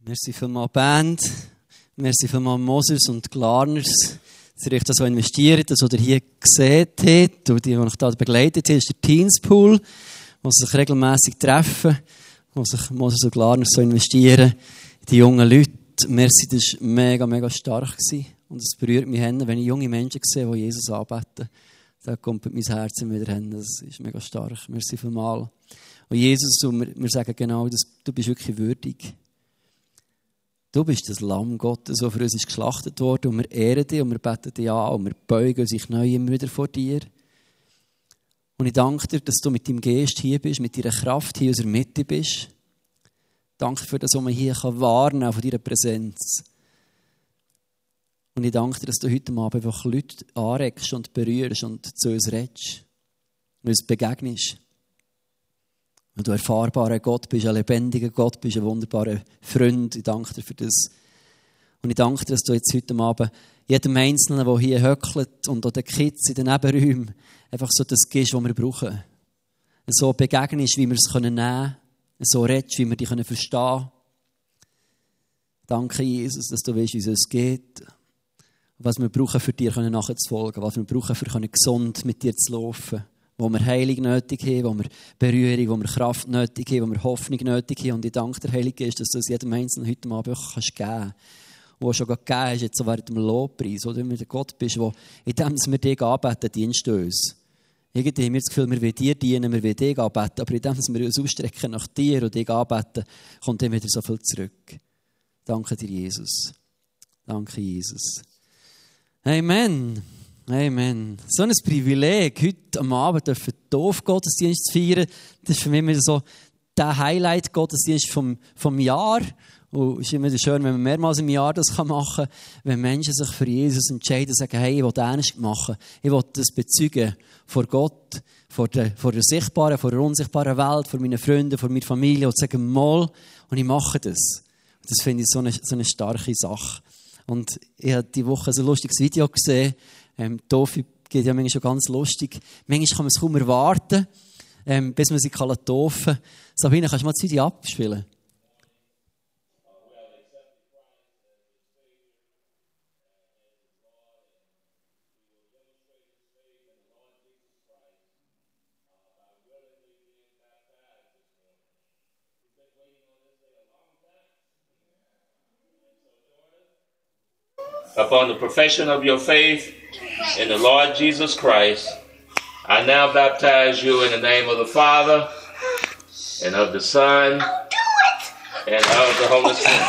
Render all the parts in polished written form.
Merci vielmals Band, merci vielmals Moses und Glarners, dass ihr euch das so investiert, das, was ihr hier gesehen habt und die euch da begleitet haben, ist der Teens Pool, wo sie sich regelmässig treffen, wo sich Moses und Glarners so investieren in die jungen Leute. Merci, das war mega, mega stark gewesen. Und es berührt mich, wenn ich junge Menschen sehe, die Jesus anbeten. Da kommt mein Herz wieder hin. Das ist mega stark. Merci vielmals. Und Jesus, wir sagen genau, du bist wirklich würdig. Du bist das Lamm Gottes, das für uns ist geschlachtet worden. Und wir ehren dich und wir beten dich an und wir beugen uns neu immer wieder vor dir. Und ich danke dir, dass du mit deinem Geist hier bist, mit deiner Kraft hier in unserer Mitte bist. Danke für das, was man hier wahrnehmen kann von deiner Präsenz. Und ich danke dir, dass du heute Abend einfach Leute anregst und berührst und zu uns redest. Und uns begegnest. Und du ein erfahrbarer Gott bist, ein lebendiger Gott bist, ein wunderbarer Freund. Ich danke dir für das. Und ich danke dir, dass du jetzt heute Abend jedem Einzelnen, der hier höckelt und auch den Kids in den Nebenräumen einfach so das gibst, was wir brauchen. So begegnest, wie wir es nehmen können. So redest, wie wir dich verstehen können. Danke, Jesus, dass du weißt, wie es geht. Was wir brauchen, für dir nachzufolgen. Was wir brauchen, für gesund mit dir zu laufen. Wo wir Heilung nötig haben, wo wir Berührung, wo wir Kraft nötig haben, wo wir Hoffnung nötig haben. Und ich danke dir, Heilige Geist, dass du es jedem Einzelnen heute Abend auch geben kannst. Wo schon gegeben hast, jetzt so während dem Lobpreis. Oder wenn du der Gott bist, wo in dem, dass wir dich anbeten, dienst du uns. Irgendwie haben wir das Gefühl, wir wollen dir dienen, wir wollen dich anbeten. Aber in dem, dass wir uns ausstrecken nach dir und dich anbeten, kommt dann wieder so viel zurück. Danke dir, Jesus. Danke, Jesus. Amen. Amen. So ein Privileg, heute am Abend den Gottesdienst zu feiern. Das ist für mich immer so der Highlight-Gottesdienst vom Jahr. Und es ist immer schön, wenn man mehrmals im Jahr das machen kann, wenn Menschen sich für Jesus entscheiden und sagen, hey, ich will das machen. Ich will das bezeugen vor Gott, vor der sichtbaren, vor der unsichtbaren Welt, vor meinen Freunden, vor meiner Familie und sagen, mal, und ich mache das. Und das finde ich so eine starke Sache. Und ich habe diese Woche ein lustiges Video gesehen. Tofi geht ja manchmal schon ganz lustig. Manchmal kann man es kaum erwarten, bis man sie taufen kann. Sabine, kannst du mal das Video abspielen? Upon the profession of your faith in the Lord Jesus Christ, I now baptize you in the name of the Father, and of the Son, and of the Holy Spirit.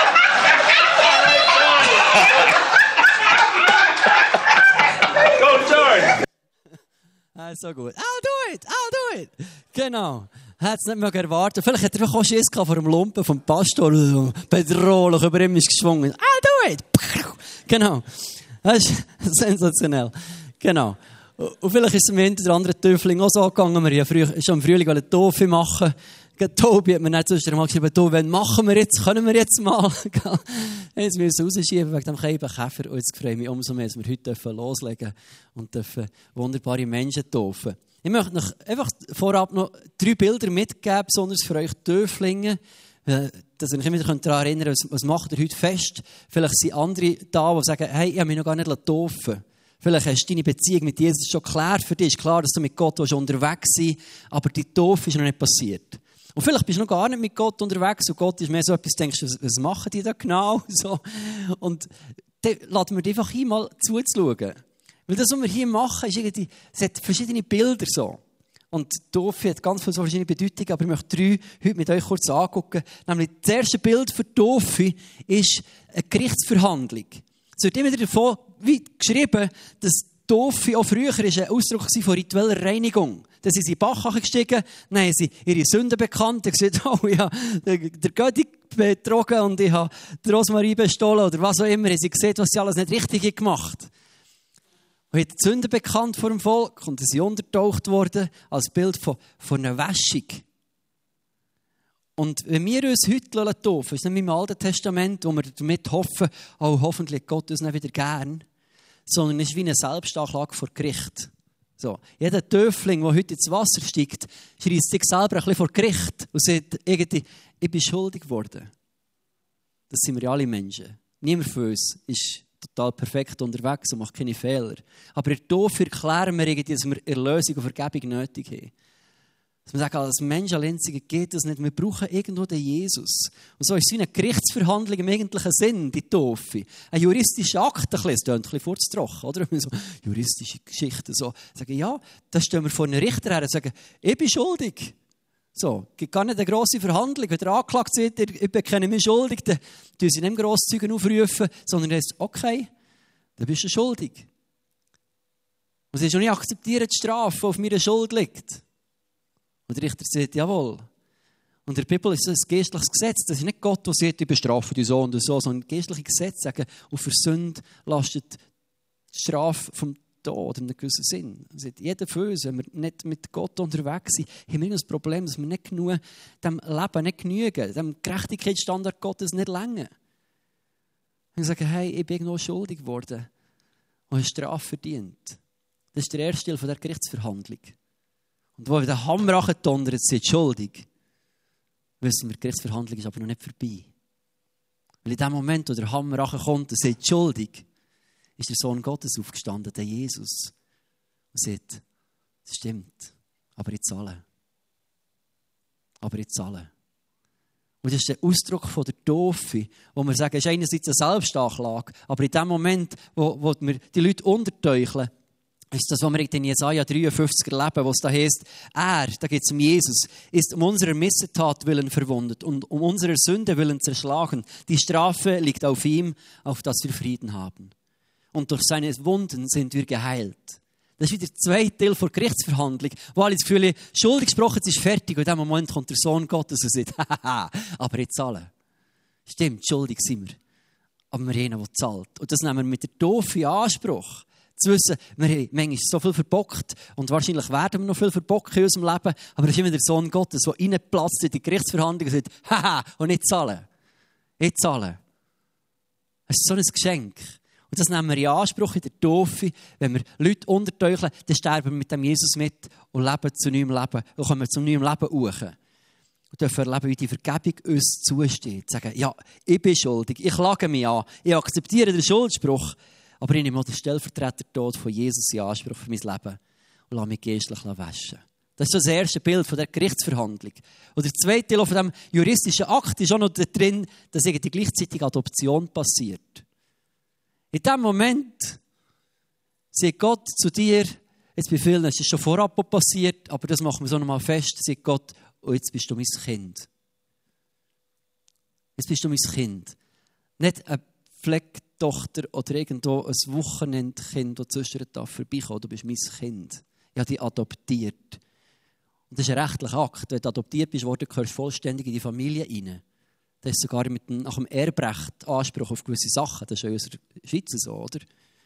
Go, Jordan! So gut. I'll do it. Genau. Hat es nicht mehr erwartet. Vielleicht hat er auch Schiss vor dem Lumpen vom Pastor. Bedrohlich über ihm ist geschwungen. I'll do it. Genau. Das ist sensationell. Genau. Und vielleicht ist es im Winter der andere Töfling auch so gegangen. Wir haben schon im Frühling eine Taufe machen. Tobi hat mir nicht sonst einmal geschrieben, wenn machen wir jetzt, können wir jetzt mal. Jetzt müssen wir rausschieben wegen dem Käfer. Und jetzt freue ich mich umso mehr, dass wir heute loslegen und wunderbare Menschen taufen. Ich möchte euch einfach vorab noch 3 Bilder mitgeben, besonders für euch Töflinge, dass ihr euch immer daran erinnern könnt, was macht ihr heute fest. Vielleicht sind andere da, die sagen, hey, ich habe mich noch gar nicht taufen. Vielleicht hast du deine Beziehung mit Jesus schon geklärt. Für dich ist klar, dass du mit Gott schon unterwegs bist, aber die Taufe ist noch nicht passiert. Und vielleicht bist du noch gar nicht mit Gott unterwegs und Gott ist mehr so etwas, denkst du, was machen die da genau? So. Und dann lassen wir dich einfach hier mal zuzuschauen. Weil das, was wir hier machen, ist irgendwie, es hat verschiedene Bilder so. Und die Taufe hat ganz viele verschiedene Bedeutungen, aber ich möchte 3 heute mit euch kurz angucken. Nämlich das erste Bild für die Taufe ist eine Gerichtsverhandlung. Es wird immer davon geschrieben, dass die Taufe auch früher ein Ausdruck von ritueller Reinigung. Dann sind sie in den Bach gestiegen, dann haben sie ihre Sünden bekannt, und gesagt, oh, ich habe den Götti betrogen und ich habe die Rosmarie bestohlen oder was auch immer. Sie gesehen, was sie alles nicht richtig gemacht haben. Und hat die Sünden bekannt vor dem Volk und sie untertaucht worden als Bild von einer Wäschung. Und wenn wir uns heute taufen, ist nicht im Alten Testament, wo wir damit hoffen, oh, hoffentlich Gott uns nicht wieder gern, sondern es ist wie eine Selbstanklage vor Gericht. So. Jeder Töfling, der heute ins Wasser steigt, schreist sich selber ein bisschen vor Gericht und sagt irgendwie, ich bin schuldig geworden. Das sind wir alle Menschen. Niemand von uns ist total perfekt unterwegs und macht keine Fehler. Aber in der Taufe erklären wir irgendwie, dass wir Erlösung und Vergebung nötig haben. Dass wir sagen, als Mensch allein geht das nicht. Wir brauchen irgendwo den Jesus. Und so ist es wie eine Gerichtsverhandlung im eigentlichen Sinn, die Taufe. Ein juristischer Akt, das klingt ein bisschen furztrocken, oder? So juristische Geschichten so sagen, ja, da stehen wir vor einem Richter her und sagen, ich bin schuldig. So, es gibt gar nicht eine grosse Verhandlung. Wenn der angeklagt wird, ich bekenne mich schuldig, dann tun sie nicht Grosszeugen aufrufen, sondern es ist okay, dann bist du schuldig. Und sie ist schon nicht akzeptiert, die Strafe, die auf meiner Schuld liegt. Und der Richter sagt, jawohl. Und in der Bibel ist es ein geistliches Gesetz. Das ist nicht Gott, der sagt, ich bestrafe dich so und so, sondern geistliche Gesetze sagen, auf der Sünde lastet die Strafe vom Tod in einem gewissen Sinn. Sagt, jeder von uns, wenn wir nicht mit Gott unterwegs sind, haben wir das Problem, dass wir nicht genug dem Leben nicht genügen, dem Gerechtigkeitsstandard Gottes nicht länger. Und sagen, hey, ich bin irgendwo schuldig geworden und habe Strafe verdient. Das ist der erste Teil von der Gerichtsverhandlung. Und wo der Hammer angetondert sind, schuldig, wissen wir, die Gerichtsverhandlung ist aber noch nicht vorbei. Weil in dem Moment, wo der Hammer ankommt und sagt, schuldig, ist der Sohn Gottes aufgestanden, der Jesus. Und sagt, das stimmt, aber ich zahle. Aber ich zahle. Und das ist der Ausdruck von der Taufe, wo wir sagen, es ist einerseits eine Selbstanklage, aber in dem Moment, wo wir die Leute unterteucheln, ist das, was wir in Jesaja 53 erleben, wo es da heisst, da geht es um Jesus, ist um unserer Missetat willen verwundet und um unserer Sünde willen zerschlagen. Die Strafe liegt auf ihm, auf dass wir Frieden haben. Und durch seine Wunden sind wir geheilt. Das ist wieder der zweite Teil der Gerichtsverhandlung, wo alle das Gefühl haben, schuldig gesprochen, es ist fertig. Und in dem Moment kommt der Sohn Gottes und sagt, haha, aber ich zahle. Stimmt, schuldig sind wir. Aber wir haben einen, der zahlt. Und das nehmen wir mit der Taufe in Anspruch. Zu wissen, wir haben manchmal so viel verbockt und wahrscheinlich werden wir noch viel verbocken in unserem Leben, aber es ist immer der Sohn Gottes, der reinplatzt in die Gerichtsverhandlung und sagt, haha, und ich zahle. Ich zahle. Es ist so ein Geschenk. Und das nehmen wir in Anspruch in der Taufe. Wenn wir Leute unterteucheln, dann sterben wir mit dem Jesus mit und leben zu neuem Leben und kommen zum neuen Leben hoch. Und dürfen erleben, wie die Vergebung uns zusteht. Sagen, ja, ich bin schuldig, ich klage mich an, ich akzeptiere den Schuldspruch, aber ich nehme den Stellvertreter-Tod von Jesus in Anspruch für mein Leben und lasse mich geistlich waschen. Das ist das erste Bild von der Gerichtsverhandlung. Und der zweite Teil von diesem juristischen Akt ist auch noch drin, dass irgendwie gleichzeitig Adoption passiert. In diesem Moment sagt Gott zu dir, jetzt bei vielen ist es schon vorab passiert, aber das machen wir so nochmal fest, sagt Gott, oh, jetzt bist du mein Kind. Jetzt bist du mein Kind. Nicht eine Pflegetochter oder irgendwo ein Wochenendkind, das zwischendurch vorbeikommt. Du bist mein Kind. Ich habe dich adoptiert. Und das ist ein rechtlicher Akt. Wenn du adoptiert bist, gehörst du vollständig in die Familie rein. Das ist sogar nach dem Erbrecht Anspruch auf gewisse Sachen. Das ist in unserer Schweiz so, oder?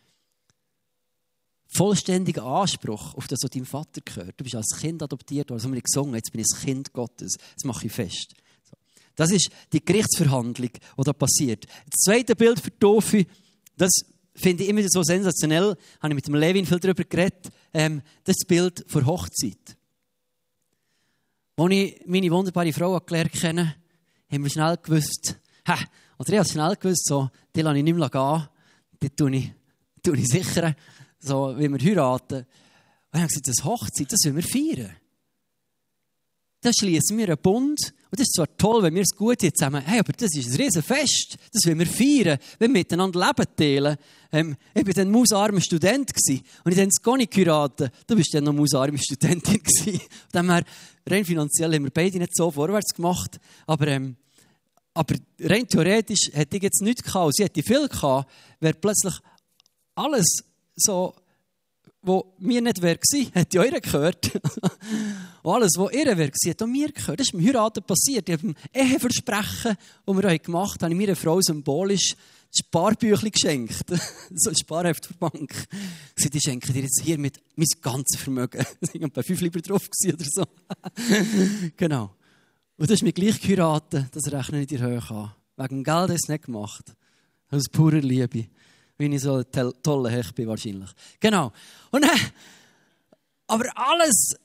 Vollständiger Anspruch auf das, was deinem Vater gehört. Du bist als Kind adoptiert worden, haben wir gesungen, jetzt bin ich das Kind Gottes. Das mache ich fest. So. Das ist die Gerichtsverhandlung, die da passiert. Das zweite Bild für die Taufe, das finde ich immer so sensationell, habe ich mit dem Levin viel darüber geredet, das ist das Bild für Hochzeit. Als ich meine wunderbare Frau gelernt habe, haben wir schnell gewusst, oder ich habe schnell gewusst, so, die lasse ich nicht mehr gehen, die tue ich sichern, so wie wir heiraten. Und ich habe gesagt, das Hochzeit, das wollen wir feiern. Dann schließen wir einen Bund. Und das ist zwar toll, wenn wir es gut jetzt zusammen, hey, aber das ist ein Riesenfest. Das wollen wir feiern. Wir miteinander Leben teilen. Ich war dann mausarmer Student gewesen. Und ich habe dann gar nicht geheiratet. Du bist dann noch mausarme Studentin gewesen. Von dem her, rein finanziell haben wir beide nicht so vorwärts gemacht. Aber rein theoretisch hätte ich jetzt nichts gehabt. Sie hätte viel gehabt, wäre plötzlich alles so, was mir nicht wäre gewesen, hätte ich ihr gehört. Und alles, was ihr wäre gewesen, hat auch mir gehört. Das ist beim Heiraten passiert. Ich habe ein Eheversprechen, das wir gemacht haben, habe ich meiner Frau symbolisch das Sparbüchlein geschenkt. So ein Sparheft für die Bank. Ich schenke dir jetzt hier mit mein ganzes Vermögen. Es waren bei 5 Lieber drauf oder so. Genau. Und du hast mich gleich geheiratet, das rechne ich dir hoch an. Wegen dem Geld hast du es nicht gemacht. Aus purer Liebe. Wie ich so ein toller Hecht bin wahrscheinlich. Genau. Und aber alles,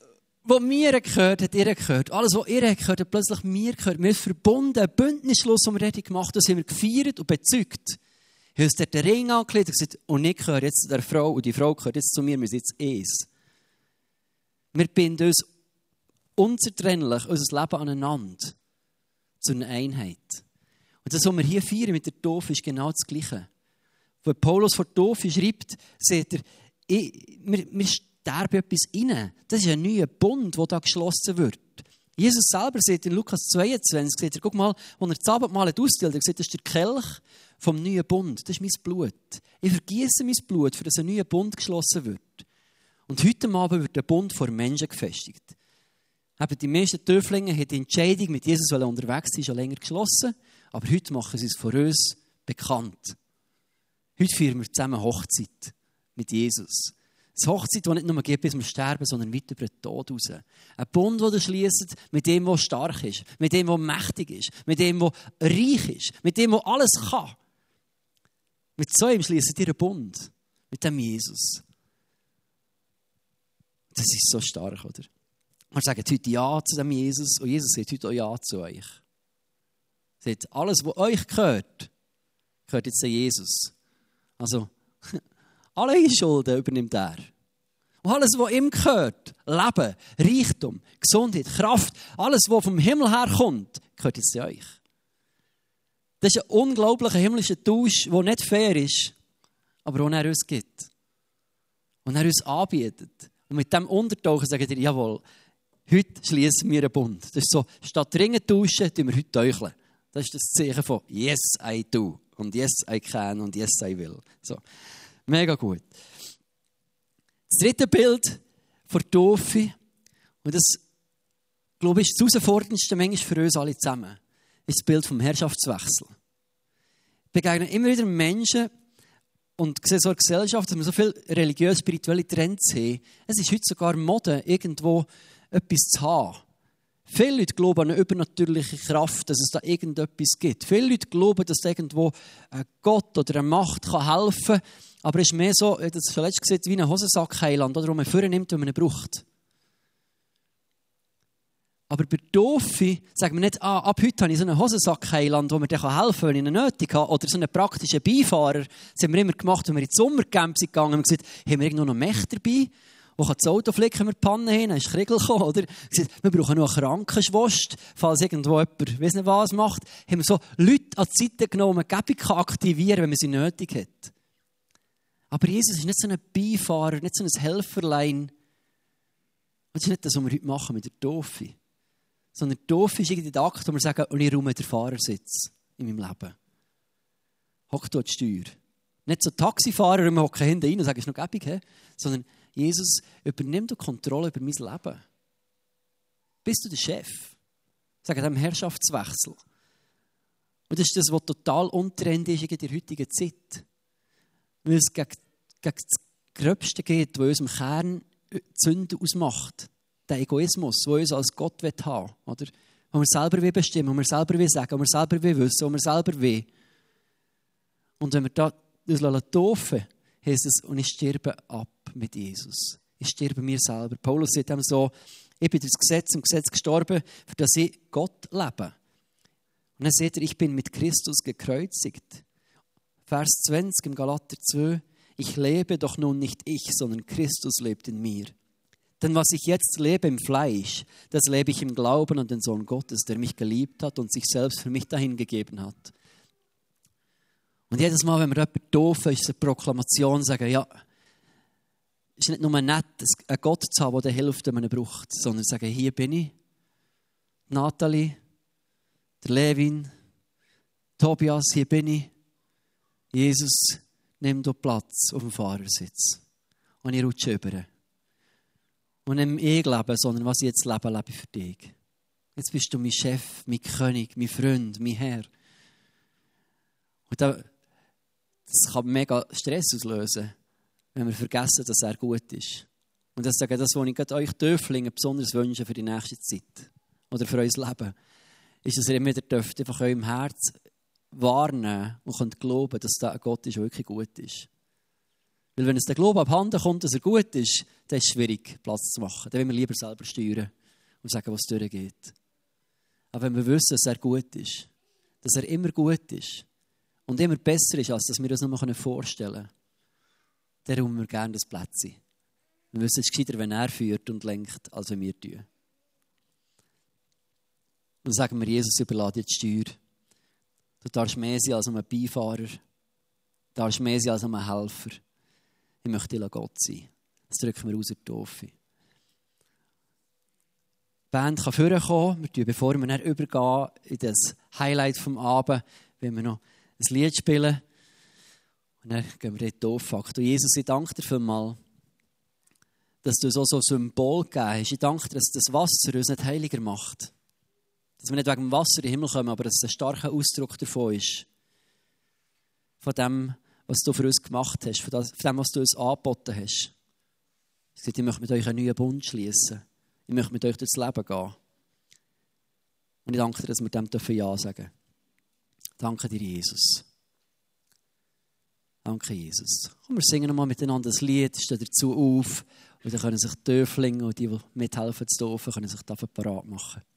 was mir gehört, hat ihr gehört. Alles, was ihr gehört, hat plötzlich mir gehört. Wir sind verbunden, ein Bündnisschluss, den wir gemacht haben, das haben wir gefeiert und bezeugt. Ich habe uns dort den Ring angelegt und gesagt, und ich gehöre jetzt zu der Frau und die Frau gehört jetzt zu mir, wir sind jetzt eins. Wir binden uns unzertrennlich unser Leben aneinander zu einer Einheit. Und das, was wir hier feiern mit der Taufe, ist genau das Gleiche. Wo Paulus vor der Taufe schreibt, sagt er, wir sterben etwas rein. Das ist ein neuer Bund, der da geschlossen wird. Jesus selber sagt in Lukas 22, sagt er, guck mal, als er das Abendmahl ausgeteilt hat, er sagt, das ist der Kelch vom neuen Bund. Das ist mein Blut. Ich vergieße mein Blut, für das ein neuer Bund geschlossen wird. Und heute Abend wird der Bund vor Menschen gefestigt. Eben die meisten Täuflinge haben die Entscheidung, mit Jesus unterwegs zu sein, schon länger geschlossen. Aber heute machen sie es vor uns bekannt. Heute feiern wir zusammen Hochzeit mit Jesus. Eine Hochzeit, die nicht nur geht, bis wir sterben, sondern weit über den Tod raus. Ein Bund, den ihr schließt mit dem, der stark ist, mit dem, der mächtig ist, mit dem, der reich ist, mit dem, der alles kann. Mit so einem schließt ihr einen Bund, mit dem Jesus. Das ist so stark, oder? Wir sagen heute Ja zu dem Jesus und Jesus sagt heute auch Ja zu euch. Er sagt, alles, was euch gehört jetzt an Jesus. Also, alle Schulden übernimmt er. Und alles, was ihm gehört, Leben, Reichtum, Gesundheit, Kraft, alles, was vom Himmel herkommt, gehört jetzt euch. Das ist ein unglaublicher himmlischer Tausch, der nicht fair ist, aber den er uns gibt. Und er uns anbietet. Und mit diesem Untertauchen sagt er, jawohl, heute schließen wir einen Bund. Das ist so, statt Ringe tauschen, tun wir heute teucheln. Das ist das Zeichen von Yes, I do. Und Yes, I can. Und Yes, I will. So. Mega gut. Das dritte Bild von der Taufe, und das, glaube ich, ist das herausforderndste manchmal für uns alle zusammen, ist das Bild vom Herrschaftswechsel. Ich begegne immer wieder Menschen und sehe so in der Gesellschaft, dass wir so viele religiös-spirituelle Trends haben. Es ist heute sogar Mode, irgendwo etwas zu haben. Viele Leute glauben an eine übernatürliche Kraft, dass es da irgendetwas gibt. Viele Leute glauben, dass irgendwo ein Gott oder eine Macht helfen kann. Aber es ist mehr so, das schon letztes gesagt, wie ein Hosensack-Heiland, wo man vornimmt, wenn man ihn braucht. Aber bei der Taufe sagen wir nicht, ab heute habe ich so einen Hosensack-Heiland, der mir dann helfen kann, wenn ich ihn nötig habe. Oder so einen praktischen Beifahrer. Das haben wir immer gemacht, wenn wir ins Sommercamp sind gegangen. Wir haben gesagt, haben wir irgendwo noch Mech dabei? Wo kann das Auto flicken, wir die Panne hin, dann ist Kriegel gekommen, oder? Wir brauchen noch eine Krankenschwester, falls irgendwo jemand, weiss nicht was, macht. Haben wir so Leute an die Seite genommen, die man Gebung aktivieren kann, wenn man sie nötig hat. Aber Jesus ist nicht so ein Beifahrer, nicht so ein Helferlein. Das ist nicht das, was wir heute machen mit der Taufe. Sondern die Taufe ist irgendwie der Akt, wo wir sagen, und ich räume den Fahrersitz in meinem Leben. Hock du an die Steuer. Nicht so Taxifahrer, wir hocken hinten rein und sagen, es ist noch gäbig, sondern Jesus, übernimm die Kontrolle über mein Leben. Bist du der Chef? Sagen dem Herrschaftswechsel. Und das ist das, was total untrendig ist in der heutigen Zeit. Weil es gegen das Gröbste geht, was unserem Kern die Sünde ausmacht. Der Egoismus, den uns als Gott haben will. Oder? Wo wir selber bestimmen, wo wir selber sagen, wo wir selber wissen, wo wir selber will. Und wenn wir da uns taufen, heisst es, und ich sterbe ab mit Jesus. Ich sterbe mir selber. Paulus sagt ihm so, ich bin durchs Gesetz im Gesetz gestorben, für das ich Gott lebe. Und dann sagt er, ich bin mit Christus gekreuzigt. Vers 20 im Galater 2, ich lebe doch nun nicht ich, sondern Christus lebt in mir. Denn was ich jetzt lebe im Fleisch, das lebe ich im Glauben an den Sohn Gottes, der mich geliebt hat und sich selbst für mich dahingegeben hat. Und jedes Mal, wenn wir jemanden taufen, ist es eine Proklamation, sagen, ja, es ist nicht nur nett, einen Gott zu haben, der hilft, wenn man ihn braucht, sondern sagen, hier bin ich, Nathalie, der Levin, Tobias, hier bin ich. Jesus, nimm du Platz auf dem Fahrersitz. Und ich rutsche über. Und nicht ich lebe, sondern was ich jetzt lebe, lebe ich für dich. Jetzt bist du mein Chef, mein König, mein Freund, mein Herr. Und das kann mega Stress auslösen, wenn wir vergessen, dass er gut ist. Und das ist das, was ich euch Täuflinge besonders wünsche für die nächste Zeit. Oder für unser Leben. Ist, dass ihr immer wieder dürft, einfach eurem Herz wahrnehmen und könnt glauben, dass da ein Gott ist, der wirklich gut ist. Weil wenn es der Glaube abhanden kommt, dass er gut ist, dann ist es schwierig, Platz zu machen. Dann wollen wir lieber selber steuern und sagen, was durchgeht. Aber wenn wir wissen, dass er gut ist, dass er immer gut ist und immer besser ist, als dass wir uns nur vorstellen können, dann räumen wir gerne das Plätzchen. Wir wissen, es ist gescheiter, wenn er führt und lenkt, als wenn wir tun. Und dann sagen wir, Jesus, überlass dir die Steuer. Du darfst mehr sein als ein Beifahrer. Du darfst mehr sein als ein Helfer. Ich möchte dir Gott sein. Das drücken wir aus der Taufe. Die Band kann vorkommen. Wir tun, bevor wir dann übergehen in das Highlight vom Abend, wenn wir noch ein Lied spielen. Und dann gehen wir in die Taufe. Jesus, ich danke dir vielmals, dass du uns auch so ein Symbol gegeben hast. Ich danke dir, dass das Wasser uns nicht heiliger macht. Dass wir nicht wegen dem Wasser in den Himmel kommen, aber dass es ein starker Ausdruck davon ist. Von dem, was du für uns gemacht hast, von dem, was du uns angeboten hast. Ich möchte mit euch einen neuen Bund schließen. Ich möchte mit euch durchs Leben gehen. Und ich danke dir, dass wir dem Ja sagen dürfen. Danke dir, Jesus. Danke, Jesus. Und wir singen nochmal miteinander das Lied, stehen dazu auf. Und dann können sich die Dörflinge und die mithelfen zu dürfen, können sich dafür parat machen.